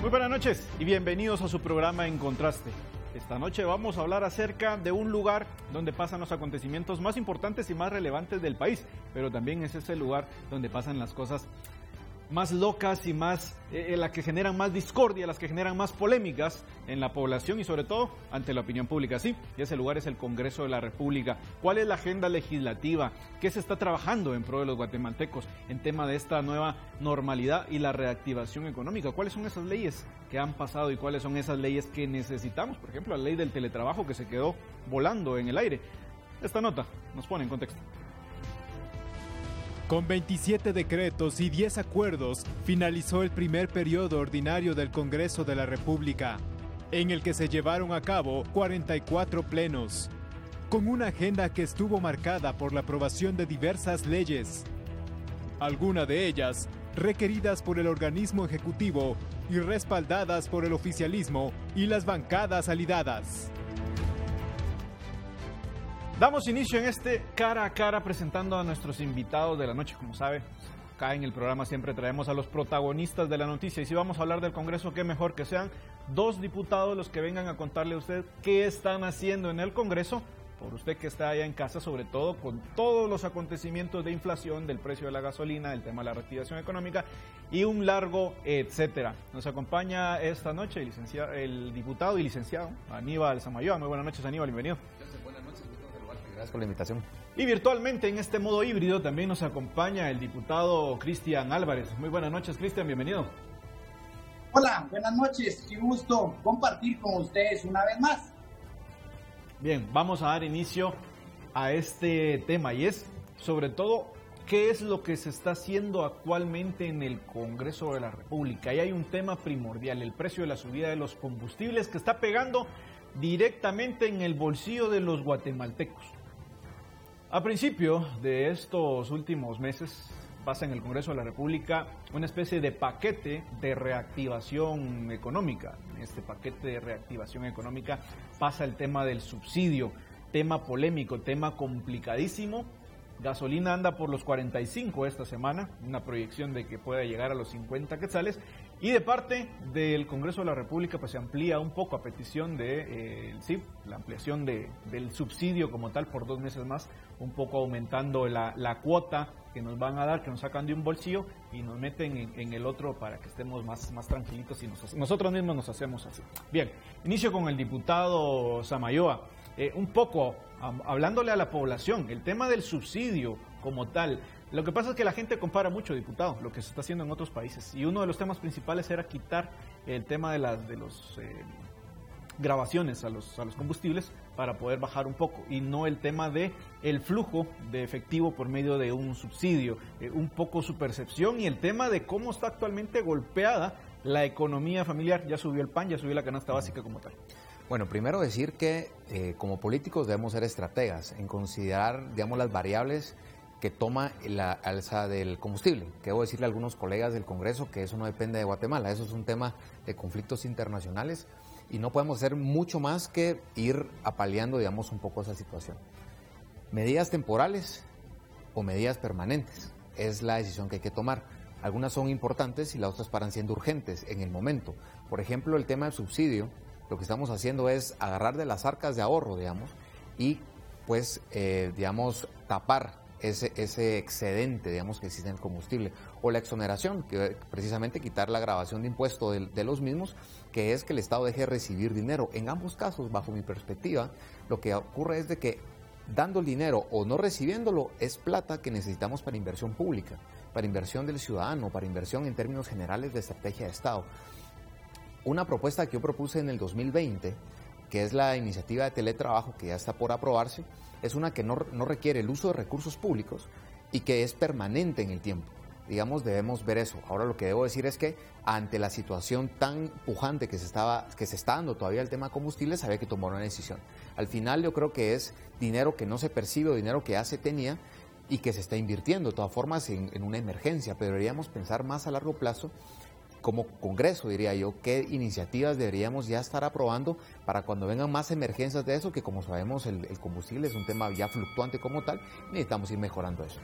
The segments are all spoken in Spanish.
Muy buenas noches y bienvenidos a su programa En Contraste. Esta noche vamos a hablar acerca de un lugar donde pasan los acontecimientos más importantes y más relevantes del país, pero también es ese lugar donde pasan las cosas más locas y más las que generan más discordia, las que generan más polémicas en la población y sobre todo ante la opinión pública. Sí, y ese lugar es el Congreso de la República. ¿Cuál es la agenda legislativa? ¿Qué se está trabajando en pro de los guatemaltecos en tema de esta nueva normalidad y la reactivación económica? ¿Cuáles son esas leyes que han pasado y cuáles son esas leyes que necesitamos? Por ejemplo, la ley del teletrabajo que se quedó volando en el aire. Esta nota nos pone en contexto. Con 27 decretos y 10 acuerdos, finalizó el primer periodo ordinario del Congreso de la República, en el que se llevaron a cabo 44 plenos, con una agenda que estuvo marcada por la aprobación de diversas leyes, algunas de ellas requeridas por el organismo ejecutivo y respaldadas por el oficialismo y las bancadas aliadas. Damos inicio en este cara a cara presentando a nuestros invitados de la noche. Como sabe, acá en el programa siempre traemos a los protagonistas de la noticia. Y si vamos a hablar del Congreso, qué mejor que sean dos diputados los que vengan a contarle a usted qué están haciendo en el Congreso, por usted que está allá en casa, sobre todo con todos los acontecimientos de inflación, del precio de la gasolina, del tema de la reactivación económica y un largo etcétera. Nos acompaña esta noche el diputado y licenciado Aníbal Samayoa. Muy buenas noches, Aníbal, bienvenido. Gracias por la invitación. Y virtualmente en este modo híbrido también nos acompaña el diputado Cristian Álvarez. Muy buenas noches, Cristian, bienvenido. Hola, buenas noches, qué gusto compartir con ustedes una vez más. Bien, vamos a dar inicio a este tema y es sobre todo qué es lo que se está haciendo actualmente en el Congreso de la República. Y hay un tema primordial, el precio de la subida de los combustibles que está pegando directamente en el bolsillo de los guatemaltecos. A principio de estos últimos meses pasa en el Congreso de la República una especie de paquete de reactivación económica. En este paquete de reactivación económica pasa el tema del subsidio, tema polémico, tema complicadísimo. Gasolina anda por los 45 esta semana, una proyección de que pueda llegar a los 50 quetzales. Y de parte del Congreso de la República pues se amplía un poco a petición de la ampliación del subsidio como tal por 2 meses más, un poco aumentando la cuota que nos van a dar, que nos sacan de un bolsillo y nos meten en el otro para que estemos más tranquilitos y nosotros mismos nos hacemos así. Bien, inicio con el diputado Samayoa. Un poco hablándole a la población, el tema del subsidio como tal. Lo que pasa es que la gente compara mucho, diputado, lo que se está haciendo en otros países. Y uno de los temas principales era quitar el tema de los grabaciones a los combustibles para poder bajar un poco. Y no el tema de el flujo de efectivo por medio de un subsidio. Un poco su percepción y el tema de cómo está actualmente golpeada la economía familiar. Ya subió el pan, ya subió la canasta básica como tal. Bueno, primero decir que como políticos debemos ser estrategas en considerar, digamos, las variables que toma la alza del combustible. Que debo decirle a algunos colegas del Congreso que eso no depende de Guatemala, eso es un tema de conflictos internacionales y no podemos hacer mucho más que ir apaleando, digamos, un poco esa situación. Medidas temporales o medidas permanentes es la decisión que hay que tomar. Algunas son importantes y las otras paran siendo urgentes en el momento. Por ejemplo, el tema del subsidio, lo que estamos haciendo es agarrar de las arcas de ahorro, digamos, y pues, digamos, tapar ese excedente, digamos, que existe en el combustible, o la exoneración, que precisamente quitar la gravación de impuesto de los mismos, que es que el Estado deje de recibir dinero. En ambos casos, bajo mi perspectiva, lo que ocurre es de que dando el dinero o no recibiéndolo es plata que necesitamos para inversión pública, para inversión del ciudadano, para inversión en términos generales de estrategia de Estado. Una propuesta que yo propuse en el 2020, que es la iniciativa de teletrabajo que ya está por aprobarse, es una que no requiere el uso de recursos públicos y que es permanente en el tiempo. Digamos, debemos ver eso. Ahora lo que debo decir es que ante la situación tan pujante que se está dando todavía el tema combustibles, había que tomar una decisión. Al final yo creo que es dinero que no se percibe o dinero que ya se tenía y que se está invirtiendo de todas formas en una emergencia, pero deberíamos pensar más a largo plazo como Congreso, diría yo, qué iniciativas deberíamos ya estar aprobando para cuando vengan más emergencias de eso, que como sabemos el combustible es un tema ya fluctuante como tal, necesitamos ir mejorando eso.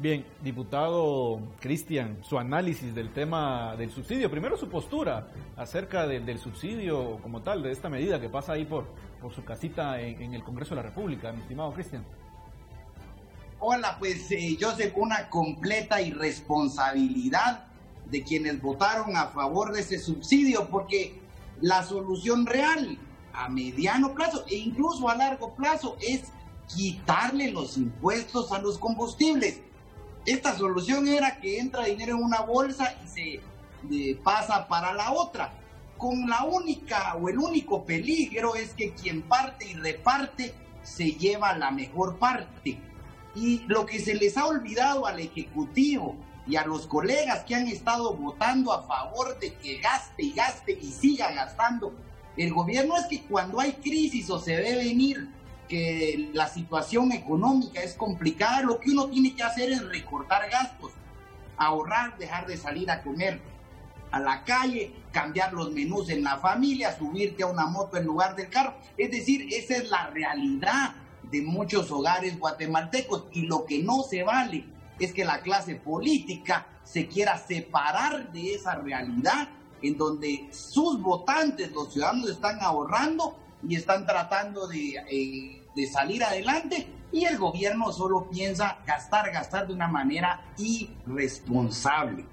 Bien, diputado Cristian, su análisis del tema del subsidio, primero su postura acerca del subsidio como tal, de esta medida que pasa ahí por su casita en el Congreso de la República, mi estimado Cristian. Hola, pues yo sé una completa irresponsabilidad de quienes votaron a favor de ese subsidio, porque la solución real a mediano plazo e incluso a largo plazo es quitarle los impuestos a los combustibles. Esta solución era que entra dinero en una bolsa y se pasa para la otra. Con la única o el único peligro es que quien parte y reparte se lleva la mejor parte. Y lo que se les ha olvidado al Ejecutivo y a los colegas que han estado votando a favor de que gaste y gaste y siga gastando el gobierno es que cuando hay crisis o se ve venir que la situación económica es complicada, lo que uno tiene que hacer es recortar gastos, ahorrar, dejar de salir a comer a la calle, cambiar los menús en la familia, subirte a una moto en lugar del carro. Es decir, esa es la realidad de muchos hogares guatemaltecos, y lo que no se vale es que la clase política se quiera separar de esa realidad en donde sus votantes, los ciudadanos, están ahorrando y están tratando de salir adelante, y el gobierno solo piensa gastar de una manera irresponsable.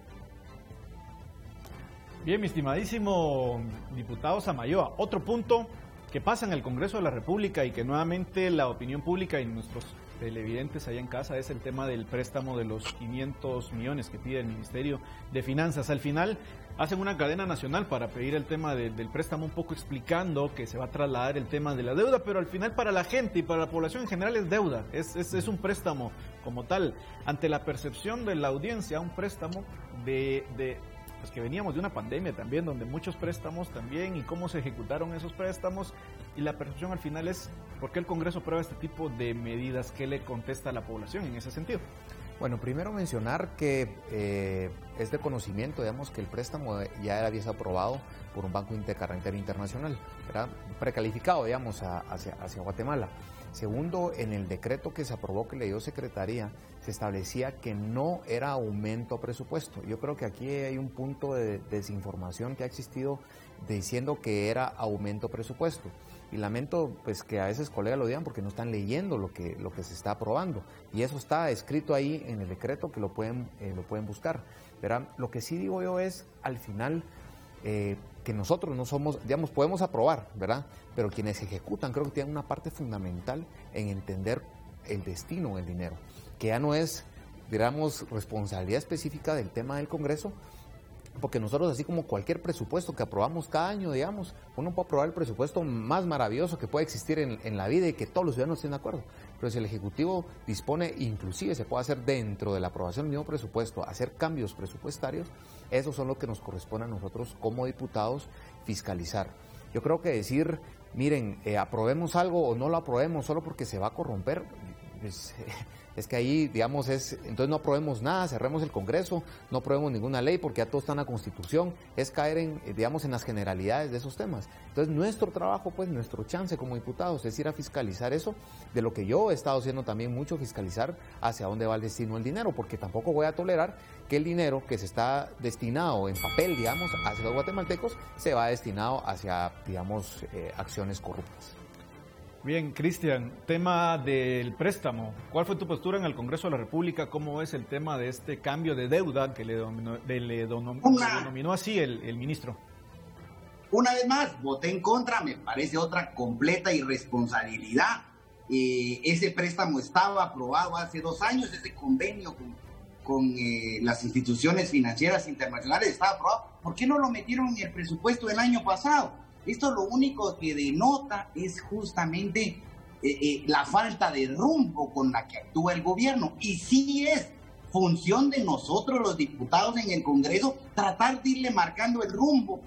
Bien, mi estimadísimo diputado Samayoa, otro punto que pasa en el Congreso de la República y que nuevamente la opinión pública y nuestros televidentes allá en casa es el tema del préstamo de los 500 millones que pide el Ministerio de Finanzas. Al final hacen una cadena nacional para pedir el tema del préstamo, un poco explicando que se va a trasladar el tema de la deuda, pero al final para la gente y para la población en general es deuda, es un préstamo como tal. Ante la percepción de la audiencia, un préstamo pues que veníamos de una pandemia también, donde muchos préstamos también, y cómo se ejecutaron esos préstamos, y la percepción al final es ¿por qué el Congreso aprueba este tipo de medidas? ¿Qué le contesta a la población en ese sentido? Bueno, primero mencionar que es de conocimiento, digamos, que el préstamo ya había sido aprobado por un banco de carácter internacional, era precalificado, digamos, hacia Guatemala. Segundo, en el decreto que se aprobó, que le dio Secretaría, se establecía que no era aumento a presupuesto. Yo creo que aquí hay un punto de desinformación que ha existido diciendo que era aumento a presupuesto. Y lamento pues que a veces colegas lo digan porque no están leyendo lo que se está aprobando. Y eso está escrito ahí en el decreto, que lo pueden buscar. ¿Verdad? Lo que sí digo yo es, al final, que nosotros no somos, digamos, podemos aprobar, ¿verdad? Pero quienes ejecutan creo que tienen una parte fundamental en entender el destino del dinero, que ya no es, digamos, responsabilidad específica del tema del Congreso, porque nosotros, así como cualquier presupuesto que aprobamos cada año, digamos, uno puede aprobar el presupuesto más maravilloso que puede existir en la vida y que todos los ciudadanos estén de acuerdo. Pero si el Ejecutivo dispone, inclusive se puede hacer dentro de la aprobación del mismo presupuesto, hacer cambios presupuestarios, esos son los que nos corresponde a nosotros como diputados fiscalizar. Yo creo que decir, miren, aprobemos algo o no lo aprobemos solo porque se va a corromper, es que ahí, digamos, entonces no aprobemos nada, cerremos el Congreso, no aprobemos ninguna ley porque ya todo está en la Constitución, es caer en las generalidades de esos temas. Entonces nuestro trabajo, pues nuestro chance como diputados es ir a fiscalizar eso, de lo que yo he estado haciendo también mucho, fiscalizar hacia dónde va el destino del dinero, porque tampoco voy a tolerar que el dinero que se está destinado en papel, digamos, hacia los guatemaltecos, se va destinado hacia, digamos, acciones corruptas. Bien, Cristian, tema del préstamo. ¿Cuál fue tu postura en el Congreso de la República? ¿Cómo es el tema de este cambio de deuda que le denominó así el ministro? Una vez más, voté en contra, me parece otra completa irresponsabilidad. Ese préstamo estaba aprobado hace 2 años, ese convenio con las instituciones financieras internacionales estaba aprobado. ¿Por qué no lo metieron en el presupuesto del año pasado? Esto lo único que denota es justamente la falta de rumbo con la que actúa el gobierno. Y sí es función de nosotros los diputados en el Congreso tratar de irle marcando el rumbo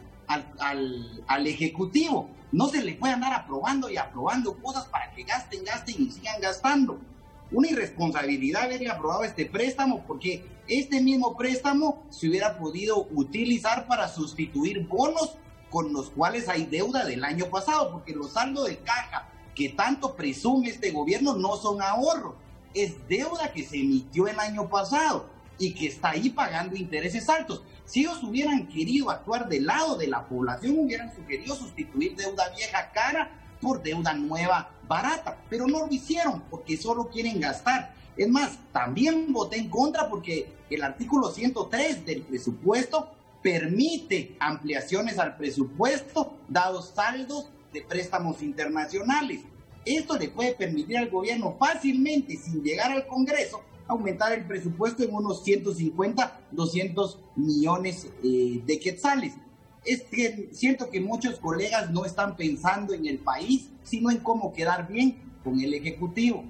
al Ejecutivo. No se le puede andar aprobando y aprobando cosas para que gasten y sigan gastando. Una irresponsabilidad haber aprobado este préstamo, porque este mismo préstamo se hubiera podido utilizar para sustituir bonos con los cuales hay deuda del año pasado, porque los saldos de caja que tanto presume este gobierno no son ahorros, es deuda que se emitió el año pasado y que está ahí pagando intereses altos. Si ellos hubieran querido actuar del lado de la población, hubieran sugerido sustituir deuda vieja cara por deuda nueva barata, pero no lo hicieron porque solo quieren gastar. Es más, también voté en contra porque el artículo 103 del presupuesto permite ampliaciones al presupuesto dados saldos de préstamos internacionales. Esto le puede permitir al gobierno fácilmente, sin llegar al Congreso, aumentar el presupuesto en unos 150, 200 millones de quetzales. Es que siento que muchos colegas no están pensando en el país, sino en cómo quedar bien con el Ejecutivo.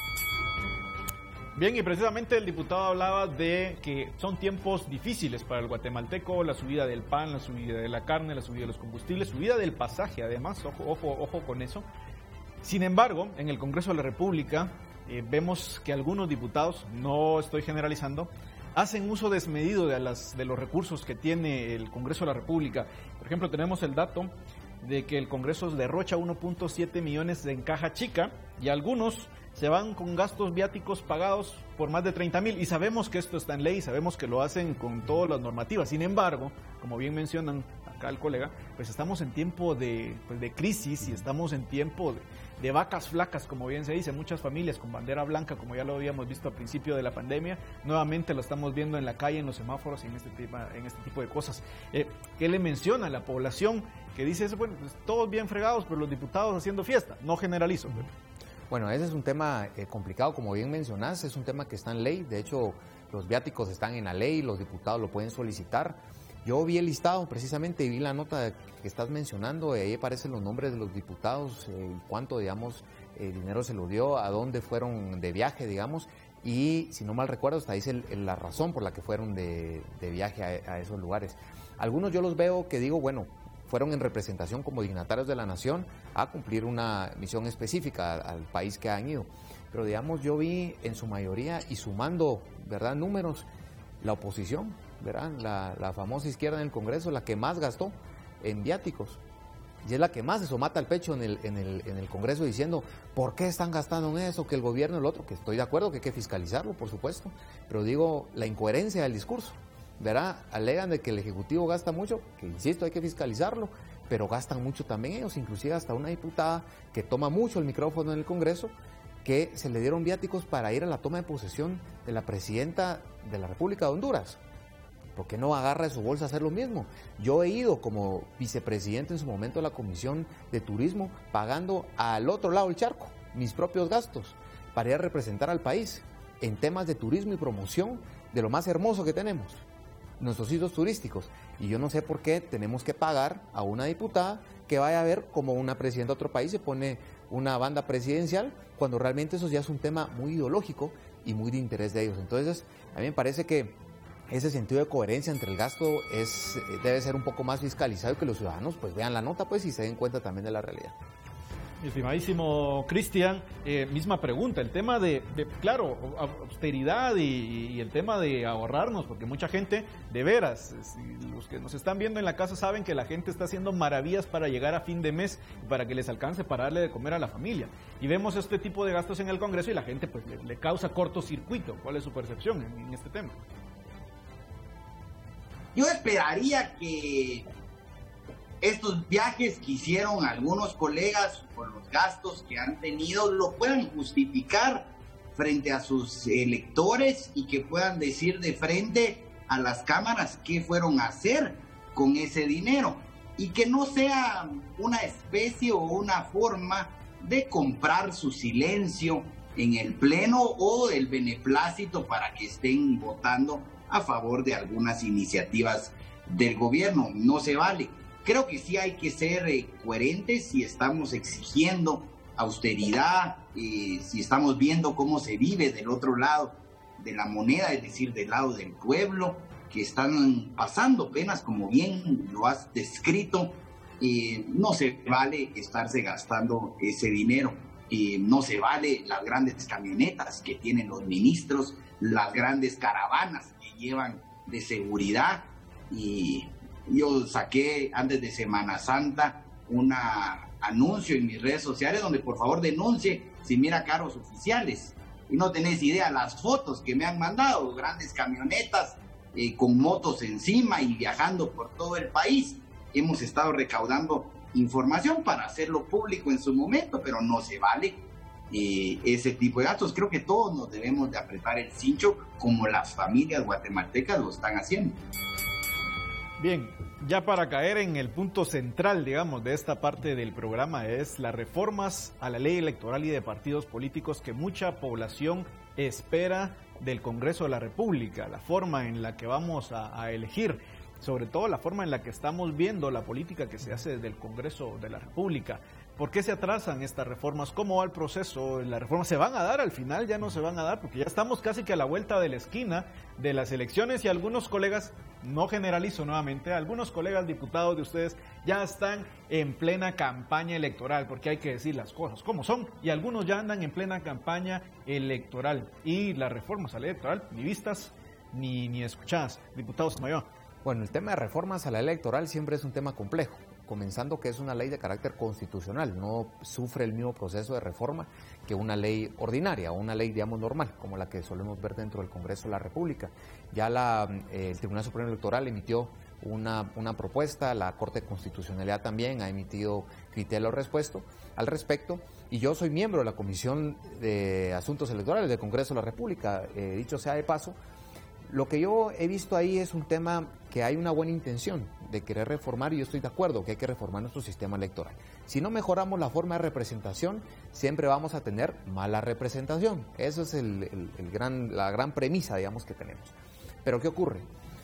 Bien, y precisamente el diputado hablaba de que son tiempos difíciles para el guatemalteco, la subida del pan, la subida de la carne, la subida de los combustibles, subida del pasaje, además, ojo con eso. Sin embargo, en el Congreso de la República vemos que algunos diputados, no estoy generalizando, hacen uso desmedido de los recursos que tiene el Congreso de la República. Por ejemplo, tenemos el dato de que el Congreso derrocha 1.7 millones en caja chica y algunos se van con gastos viáticos pagados por más de 30,000 y sabemos que esto está en ley, sabemos que lo hacen con todas las normativas. Sin embargo, como bien mencionan acá el colega, pues estamos en tiempo de crisis y estamos en tiempo de vacas flacas, como bien se dice. Muchas familias con bandera blanca, como ya lo habíamos visto al principio de la pandemia, nuevamente lo estamos viendo en la calle, en los semáforos y en este tipo de cosas. ¿Qué le menciona a la población que dice, bueno, pues, todos bien fregados, pero los diputados haciendo fiesta? No generalizo. Bueno, ese es un tema complicado, como bien mencionás, es un tema que está en ley. De hecho, los viáticos están en la ley, los diputados lo pueden solicitar. Yo vi el listado precisamente y vi la nota que estás mencionando, y ahí aparecen los nombres de los diputados, cuánto, digamos, dinero se lo dio, a dónde fueron de viaje, digamos, y si no mal recuerdo, hasta dice la razón por la que fueron de viaje a esos lugares. Algunos yo los veo que digo, bueno, fueron en representación como dignatarios de la nación a cumplir una misión específica al país que han ido. Pero digamos, yo vi en su mayoría, y sumando, ¿verdad?, números, la oposición, ¿verdad?, la famosa izquierda en el Congreso, la que más gastó en viáticos. Y es la que más se somata al pecho en el Congreso diciendo, ¿por qué están gastando en eso? Que el gobierno, el otro, que estoy de acuerdo que hay que fiscalizarlo, por supuesto, pero digo, la incoherencia del discurso. ¿Verdad? Alegan de que el Ejecutivo gasta mucho, que insisto, hay que fiscalizarlo, pero gastan mucho también ellos, inclusive hasta una diputada que toma mucho el micrófono en el Congreso, que se le dieron viáticos para ir a la toma de posesión de la presidenta de la República de Honduras. ¿Por qué no agarra de su bolsa a hacer lo mismo? Yo he ido como vicepresidente en su momento de la Comisión de Turismo, pagando al otro lado del charco mis propios gastos para ir a representar al país en temas de turismo y promoción de lo más hermoso que tenemos, nuestros sitios turísticos, y yo no sé por qué tenemos que pagar a una diputada que vaya a ver como una presidenta de otro país se pone una banda presidencial, cuando realmente eso ya es un tema muy ideológico y muy de interés de ellos. Entonces, a mí me parece que ese sentido de coherencia entre el gasto debe ser un poco más fiscalizado y que los ciudadanos pues vean la nota pues y se den cuenta también de la realidad. Estimadísimo Cristian, misma pregunta, el tema de claro, austeridad y el tema de ahorrarnos, porque mucha gente, de veras, los que nos están viendo en la casa saben que la gente está haciendo maravillas para llegar a fin de mes, para que les alcance para darle de comer a la familia, y vemos este tipo de gastos en el Congreso y la gente pues le causa cortocircuito. ¿Cuál es su percepción en este tema? Yo esperaría que estos viajes que hicieron algunos colegas por los gastos que han tenido lo puedan justificar frente a sus electores y que puedan decir de frente a las cámaras qué fueron a hacer con ese dinero, y que no sea una especie o una forma de comprar su silencio en el pleno o el beneplácito para que estén votando a favor de algunas iniciativas del gobierno. No se vale. Creo que sí hay que ser coherentes si estamos exigiendo austeridad, si estamos viendo cómo se vive del otro lado de la moneda, es decir, del lado del pueblo, que están pasando penas, como bien lo has descrito. No se vale estarse gastando ese dinero, no se vale las grandes camionetas que tienen los ministros, las grandes caravanas que llevan de seguridad. Y yo saqué antes de Semana Santa un anuncio en mis redes sociales donde por favor denuncie si mira carros oficiales y no tenés idea las fotos que me han mandado, grandes camionetas con motos encima y viajando por todo el país. Hemos estado recaudando información para hacerlo público en su momento, pero no se vale ese tipo de gastos. Creo que todos nos debemos de apretar el cincho como las familias guatemaltecas lo están haciendo. Bien, ya para caer en el punto central, digamos, de esta parte del programa, es las reformas a la ley electoral y de partidos políticos que mucha población espera del Congreso de la República, la forma en la que vamos a elegir, sobre todo la forma en la que estamos viendo la política que se hace desde el Congreso de la República. ¿Por qué se atrasan estas reformas? ¿Cómo va el proceso? ¿Las reformas se van a dar al final? ¿Ya no se van a dar? Porque ya estamos casi que a la vuelta de la esquina de las elecciones y algunos colegas, no generalizo nuevamente, algunos colegas diputados de ustedes ya están en plena campaña electoral, porque hay que decir las cosas como son, y algunos ya andan en plena campaña electoral. Y las reformas a la ley electoral, ni vistas ni escuchadas. Diputados Mayor. Bueno, el tema de reformas a la ley electoral siempre es un tema complejo, comenzando que es una ley de carácter constitucional, no sufre el mismo proceso de reforma que una ley ordinaria, o una ley, digamos, normal, como la que solemos ver dentro del Congreso de la República. Ya el Tribunal Supremo Electoral emitió una propuesta, la Corte de Constitucionalidad también ha emitido criterio al respecto, y yo soy miembro de la Comisión de Asuntos Electorales del Congreso de la República, dicho sea de paso. Lo que yo he visto ahí es un tema que hay una buena intención de querer reformar, y yo estoy de acuerdo que hay que reformar nuestro sistema electoral. Si no mejoramos la forma de representación, siempre vamos a tener mala representación. Esa es la gran premisa, digamos, que tenemos. Pero ¿qué ocurre?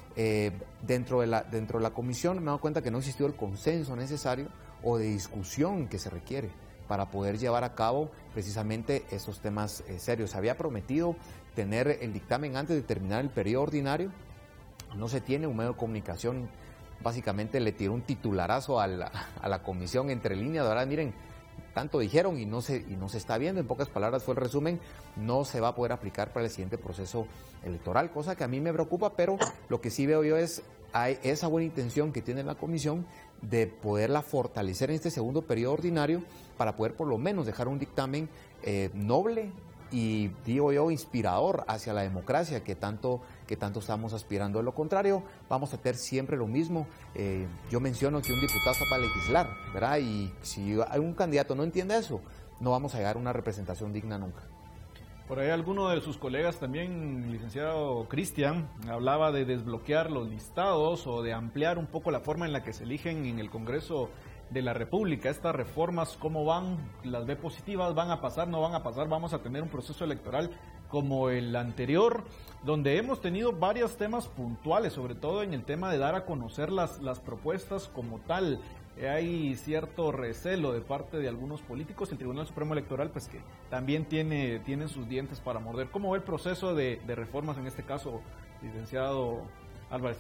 Dentro de la comisión me he dado cuenta que no existió el consenso necesario o de discusión que se requiere para poder llevar a cabo precisamente esos temas serios. Se había prometido tener el dictamen antes de terminar el periodo ordinario, no se tiene. Un medio de comunicación básicamente le tiró un titularazo a la comisión entre líneas, de verdad, miren, tanto dijeron y no se está viendo. En pocas palabras fue el resumen, no se va a poder aplicar para el siguiente proceso electoral, cosa que a mí me preocupa, pero lo que sí veo yo es esa buena intención que tiene la comisión de poderla fortalecer en este segundo periodo ordinario para poder por lo menos dejar un dictamen noble y, digo yo, inspirador hacia la democracia que tanto estamos aspirando. De lo contrario, vamos a tener siempre lo mismo. Yo menciono que un diputado está para legislar, ¿verdad? Y si un candidato no entiende eso, no vamos a llegar a una representación digna nunca. Por ahí alguno de sus colegas también, licenciado Cristian, hablaba de desbloquear los listados o de ampliar un poco la forma en la que se eligen en el Congreso de la República. Estas reformas, ¿cómo van? ¿Las ve positivas? ¿Van a pasar? ¿No van a pasar? ¿Vamos a tener un proceso electoral como el anterior, donde hemos tenido varios temas puntuales, sobre todo en el tema de dar a conocer las propuestas como tal? Hay cierto recelo de parte de algunos políticos. El Tribunal Supremo Electoral, pues, que también tiene sus dientes para morder. ¿Cómo ve el proceso de reformas en este caso, licenciado Álvarez?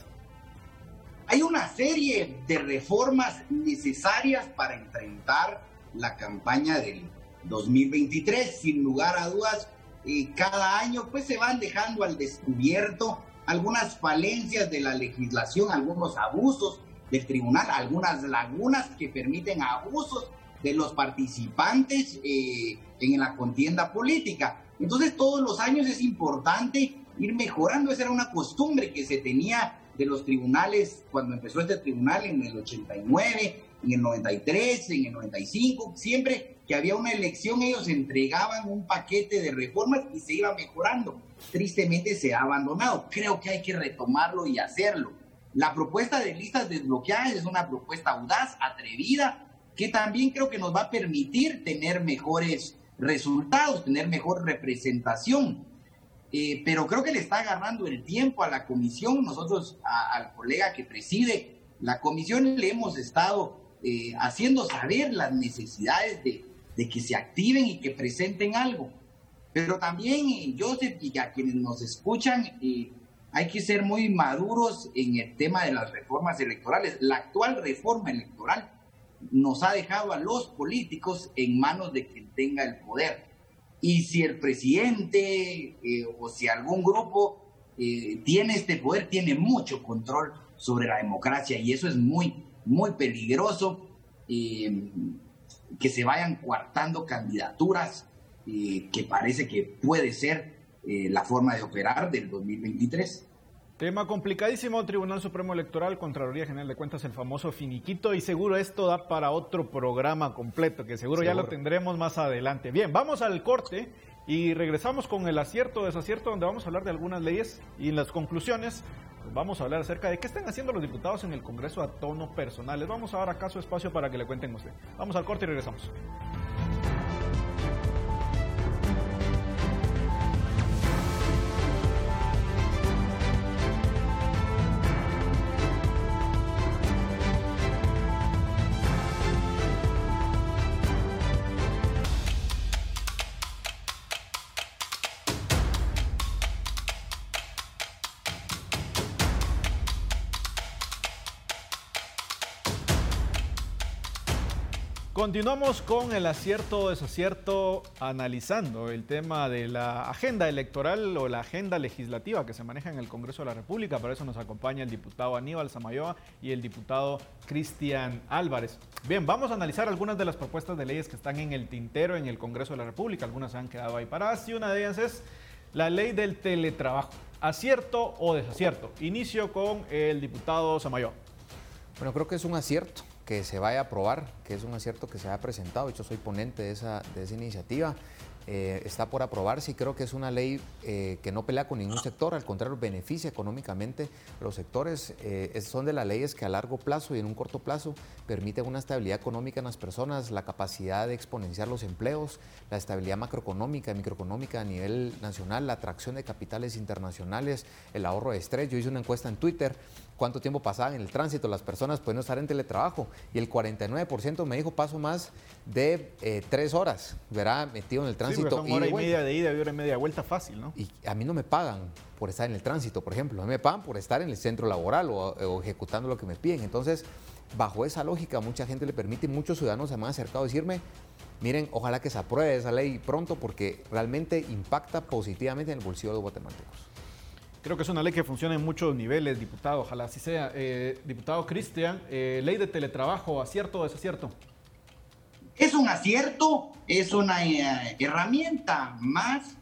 Hay una serie de reformas necesarias para enfrentar la campaña del 2023. Sin lugar a dudas, cada año pues se van dejando al descubierto algunas falencias de la legislación, algunos abusos del tribunal, algunas lagunas que permiten abusos de los participantes en la contienda política. Entonces todos los años es importante ir mejorando. Esa era una costumbre que se tenía de los tribunales cuando empezó este tribunal en el 89, en el 93, en el 95. Siempre que había una elección ellos entregaban un paquete de reformas y se iba mejorando. Tristemente se ha abandonado. Creo que hay que retomarlo y hacerlo. La propuesta de listas desbloqueadas es una propuesta audaz, atrevida, que también creo que nos va a permitir tener mejores resultados, tener mejor representación. Pero creo que le está agarrando el tiempo a la comisión. Nosotros, al colega que preside la comisión, le hemos estado haciendo saber las necesidades de que se activen y que presenten algo. Pero también, Joseph, y a quienes nos escuchan, hay que ser muy maduros en el tema de las reformas electorales. La actual reforma electoral nos ha dejado a los políticos en manos de quien tenga el poder. Y si el presidente o si algún grupo tiene este poder, tiene mucho control sobre la democracia, y eso es muy, muy peligroso, que se vayan coartando candidaturas que parece que puede ser la forma de operar del 2023. Tema complicadísimo, Tribunal Supremo Electoral, Contraloría General de Cuentas, el famoso finiquito, y seguro esto da para otro programa completo, que seguro ya lo tendremos más adelante. Bien, vamos al corte y regresamos con el acierto o desacierto, donde vamos a hablar de algunas leyes y en las conclusiones pues vamos a hablar acerca de qué están haciendo los diputados en el Congreso a tono personal. Les vamos a dar acaso espacio para que le cuenten a usted. Vamos al corte y regresamos. Continuamos con el acierto o desacierto, analizando el tema de la agenda electoral o la agenda legislativa que se maneja en el Congreso de la República. Para eso nos acompaña el diputado Aníbal Samayoa y el diputado Cristian Álvarez. Bien, vamos a analizar algunas de las propuestas de leyes que están en el tintero en el Congreso de la República. Algunas se han quedado ahí paradas y una de ellas es la ley del teletrabajo. ¿Acierto o desacierto? Inicio con el diputado Samayoa. Bueno, creo que es un acierto que se vaya a aprobar, que es un acierto que se haya presentado. Yo soy ponente de esa iniciativa. Está por aprobarse y creo que es una ley que no pelea con ningún sector, al contrario, beneficia económicamente a los sectores. Son de las leyes que a largo plazo y en un corto plazo permiten una estabilidad económica en las personas, la capacidad de exponenciar los empleos, la estabilidad macroeconómica y microeconómica a nivel nacional, la atracción de capitales internacionales, el ahorro de estrés. Yo hice una encuesta en Twitter, cuánto tiempo pasaban en el tránsito las personas pudiendo estar en teletrabajo, y el 49% me dijo paso más de 3 horas, ¿verdad? Metido en el tránsito. Sí, son hora y media de ida y hora y media de vuelta fácil, ¿no? Y a mí no me pagan por estar en el tránsito, por ejemplo. A mí me pagan por estar en el centro laboral o ejecutando lo que me piden. Entonces, bajo esa lógica, mucha gente le permite, y muchos ciudadanos se me han acercado a decirme, miren, ojalá que se apruebe esa ley pronto porque realmente impacta positivamente en el bolsillo de los guatemaltecos. Creo que es una ley que funciona en muchos niveles, diputado, ojalá así sea. Diputado Cristian, ley de teletrabajo, ¿acierto o desacierto? Es un acierto, es una herramienta más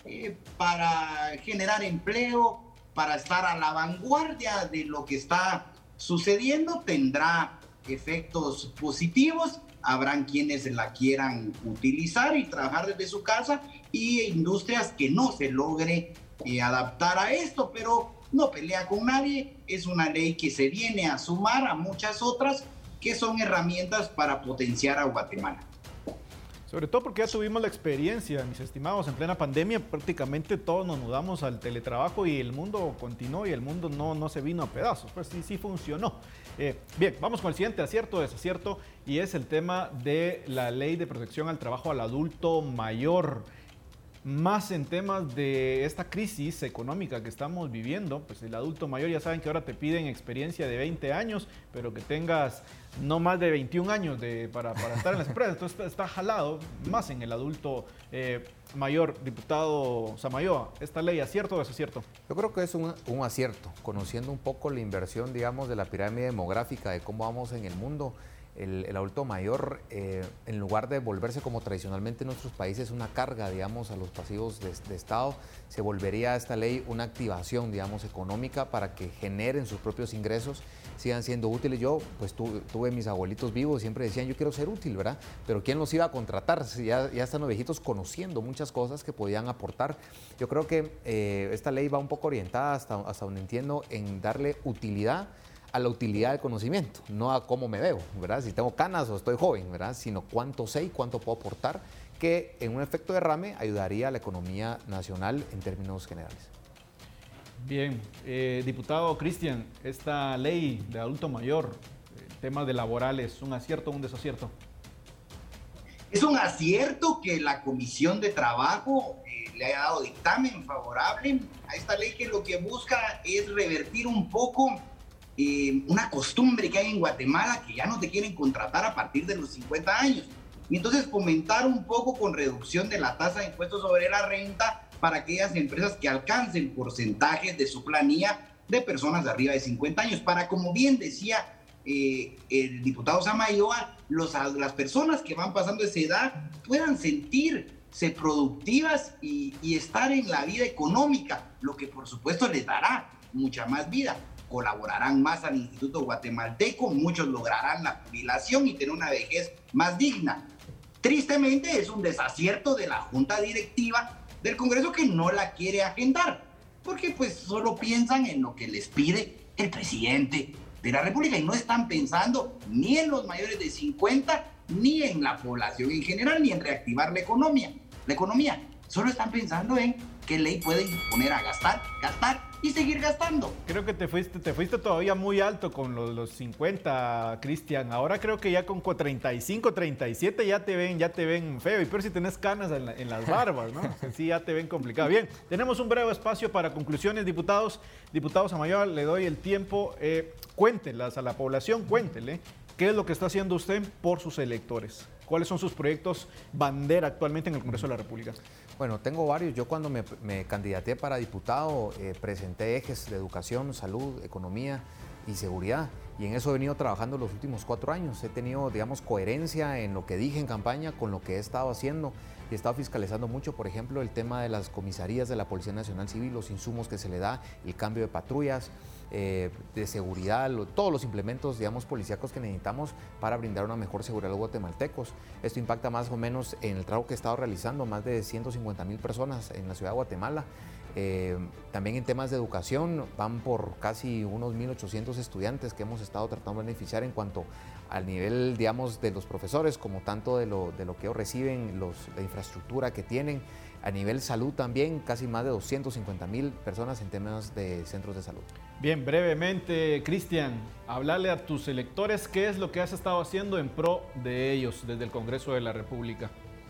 para generar empleo, para estar a la vanguardia de lo que está sucediendo. Tendrá efectos positivos, habrán quienes la quieran utilizar y trabajar desde su casa, y industrias que no se logre adaptar a esto, pero no pelea con nadie. Es una ley que se viene a sumar a muchas otras que son herramientas para potenciar a Guatemala. Sobre todo porque ya tuvimos la experiencia, mis estimados, en plena pandemia prácticamente todos nos mudamos al teletrabajo y el mundo continuó y el mundo no se vino a pedazos, pues sí funcionó. Bien, vamos con el siguiente acierto o desacierto, y es el tema de la ley de protección al trabajo al adulto mayor. Más en temas de esta crisis económica que estamos viviendo, pues el adulto mayor, ya saben que ahora te piden experiencia de 20 años, pero que tengas no más de 21 años para estar en las empresas. Entonces está jalado más en el adulto mayor. Diputado Samayoa, ¿esta ley acierto o desacierto? Yo creo que es un acierto, conociendo un poco la inversión, digamos, de la pirámide demográfica, de cómo vamos en el mundo. El adulto mayor, en lugar de volverse como tradicionalmente en nuestros países una carga, digamos, a los pasivos de Estado, se volvería esta ley una activación, digamos, económica para que generen sus propios ingresos, sigan siendo útiles. Yo, pues, tuve mis abuelitos vivos, siempre decían, yo quiero ser útil, ¿verdad? Pero ¿quién los iba a contratar? Ya están los viejitos conociendo muchas cosas que podían aportar. Yo creo que esta ley va un poco orientada, hasta donde entiendo, en darle utilidad a la utilidad del conocimiento, no a cómo me veo, ¿verdad? Si tengo canas o estoy joven, ¿verdad? Sino cuánto sé y cuánto puedo aportar, que en un efecto derrame ayudaría a la economía nacional en términos generales. Bien, diputado Cristian, esta ley de adulto mayor, temas de laborales, ¿un acierto o un desacierto? Es un acierto que la Comisión de Trabajo le haya dado dictamen favorable a esta ley, que lo que busca es revertir un poco una costumbre que hay en Guatemala, que ya no te quieren contratar a partir de los 50 años. Y entonces fomentar un poco con reducción de la tasa de impuestos sobre la renta para aquellas empresas que alcancen porcentajes de su planilla de personas de arriba de 50 años. Para, como bien decía el diputado Samayoa, las personas que van pasando esa edad puedan sentir ser productivas y estar en la vida económica, lo que por supuesto les dará mucha más vida. Colaborarán más al Instituto Guatemalteco, muchos lograrán la jubilación y tener una vejez más digna. Tristemente es un desacierto de la Junta Directiva del Congreso que no la quiere agendar, porque pues solo piensan en lo que les pide el presidente de la República y no están pensando ni en los mayores de 50, ni en la población en general, ni en reactivar la economía. Solo están pensando en qué ley pueden poner a gastar y seguir gastando. Creo que te fuiste todavía muy alto con los 50, Cristian. Ahora creo que ya con 35, 37 ya te ven feo. Y peor si tenés canas en las barbas, ¿no? Sí, ya te ven complicado. Bien, tenemos un breve espacio para conclusiones, diputados. Diputado Samayoa, le doy el tiempo. Cuéntelas a la población, cuéntele qué es lo que está haciendo usted por sus electores. ¿Cuáles son sus proyectos bandera actualmente en el Congreso de la República? Bueno, tengo varios. Yo cuando me candidaté para diputado presenté ejes de educación, salud, economía y seguridad. Y en eso he venido trabajando los últimos 4 años. He tenido, digamos, coherencia en lo que dije en campaña con lo que he estado haciendo. Y he estado fiscalizando mucho, por ejemplo, el tema de las comisarías de la Policía Nacional Civil, los insumos que se le da, el cambio de patrullas, de seguridad, todos los implementos, digamos, policíacos que necesitamos para brindar una mejor seguridad a los guatemaltecos. Esto impacta más o menos en el trabajo que he estado realizando, más de 150,000 personas en la ciudad de Guatemala. También en temas de educación van por casi unos 1,800 estudiantes que hemos estado tratando de beneficiar en cuanto al nivel, digamos, de los profesores, como tanto de lo que ellos reciben, la infraestructura que tienen. A nivel salud también, casi más de 250,000 personas en temas de centros de salud. Bien, brevemente, Cristian, hablarle a tus electores qué es lo que has estado haciendo en pro de ellos desde el Congreso de la República.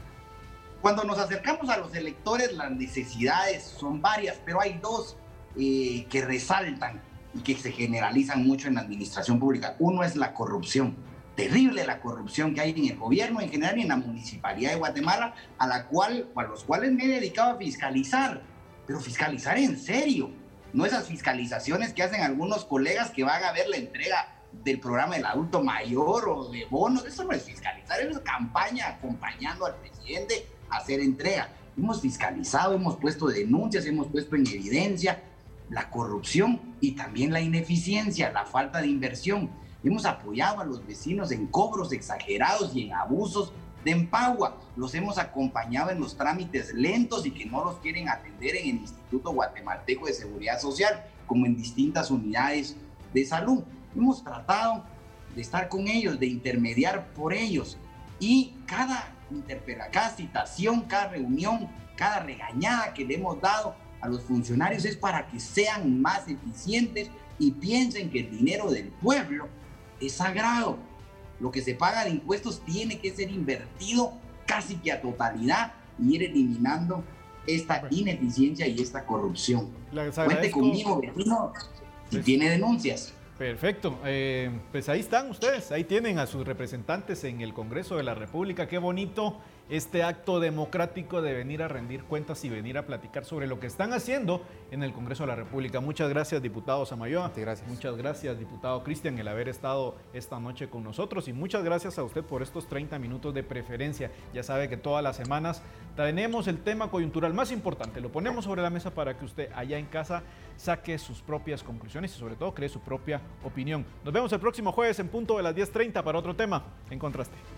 Cuando nos acercamos a los electores, las necesidades son varias, pero hay dos que resaltan y que se generalizan mucho en la administración pública. Uno es la corrupción. Terrible la corrupción que hay en el gobierno en general y en la municipalidad de Guatemala, a los cuales me he dedicado a fiscalizar, pero fiscalizar en serio, no esas fiscalizaciones que hacen algunos colegas que van a ver la entrega del programa del adulto mayor o de bonos. Eso no es fiscalizar, es campaña acompañando al presidente a hacer entrega. Hemos fiscalizado, hemos puesto denuncias, hemos puesto en evidencia la corrupción y también la ineficiencia, la falta de inversión. Hemos apoyado a los vecinos en cobros exagerados y en abusos de Empagua. Los hemos acompañado en los trámites lentos y que no los quieren atender en el Instituto Guatemalteco de Seguridad Social, como en distintas unidades de salud. Hemos tratado de estar con ellos, de intermediar por ellos. Y cada citación, cada reunión, cada regañada que le hemos dado a los funcionarios es para que sean más eficientes y piensen que el dinero del pueblo es sagrado. Lo que se paga de impuestos tiene que ser invertido casi que a totalidad y ir eliminando esta ineficiencia y esta corrupción. Cuente conmigo, vecino, si tiene denuncias. Perfecto, pues ahí están ustedes, ahí tienen a sus representantes en el Congreso de la República. Qué bonito este acto democrático de venir a rendir cuentas y venir a platicar sobre lo que están haciendo en el Congreso de la República. Muchas gracias, diputado Samayoa. Gracias. Muchas gracias, diputado Cristian, el haber estado esta noche con nosotros, y muchas gracias a usted por estos 30 minutos de preferencia. Ya sabe que todas las semanas tenemos el tema coyuntural más importante, lo ponemos sobre la mesa para que usted allá en casa saque sus propias conclusiones y sobre todo cree su propia opinión. Nos vemos el próximo jueves en punto de las 10:30 para otro tema en Contraste.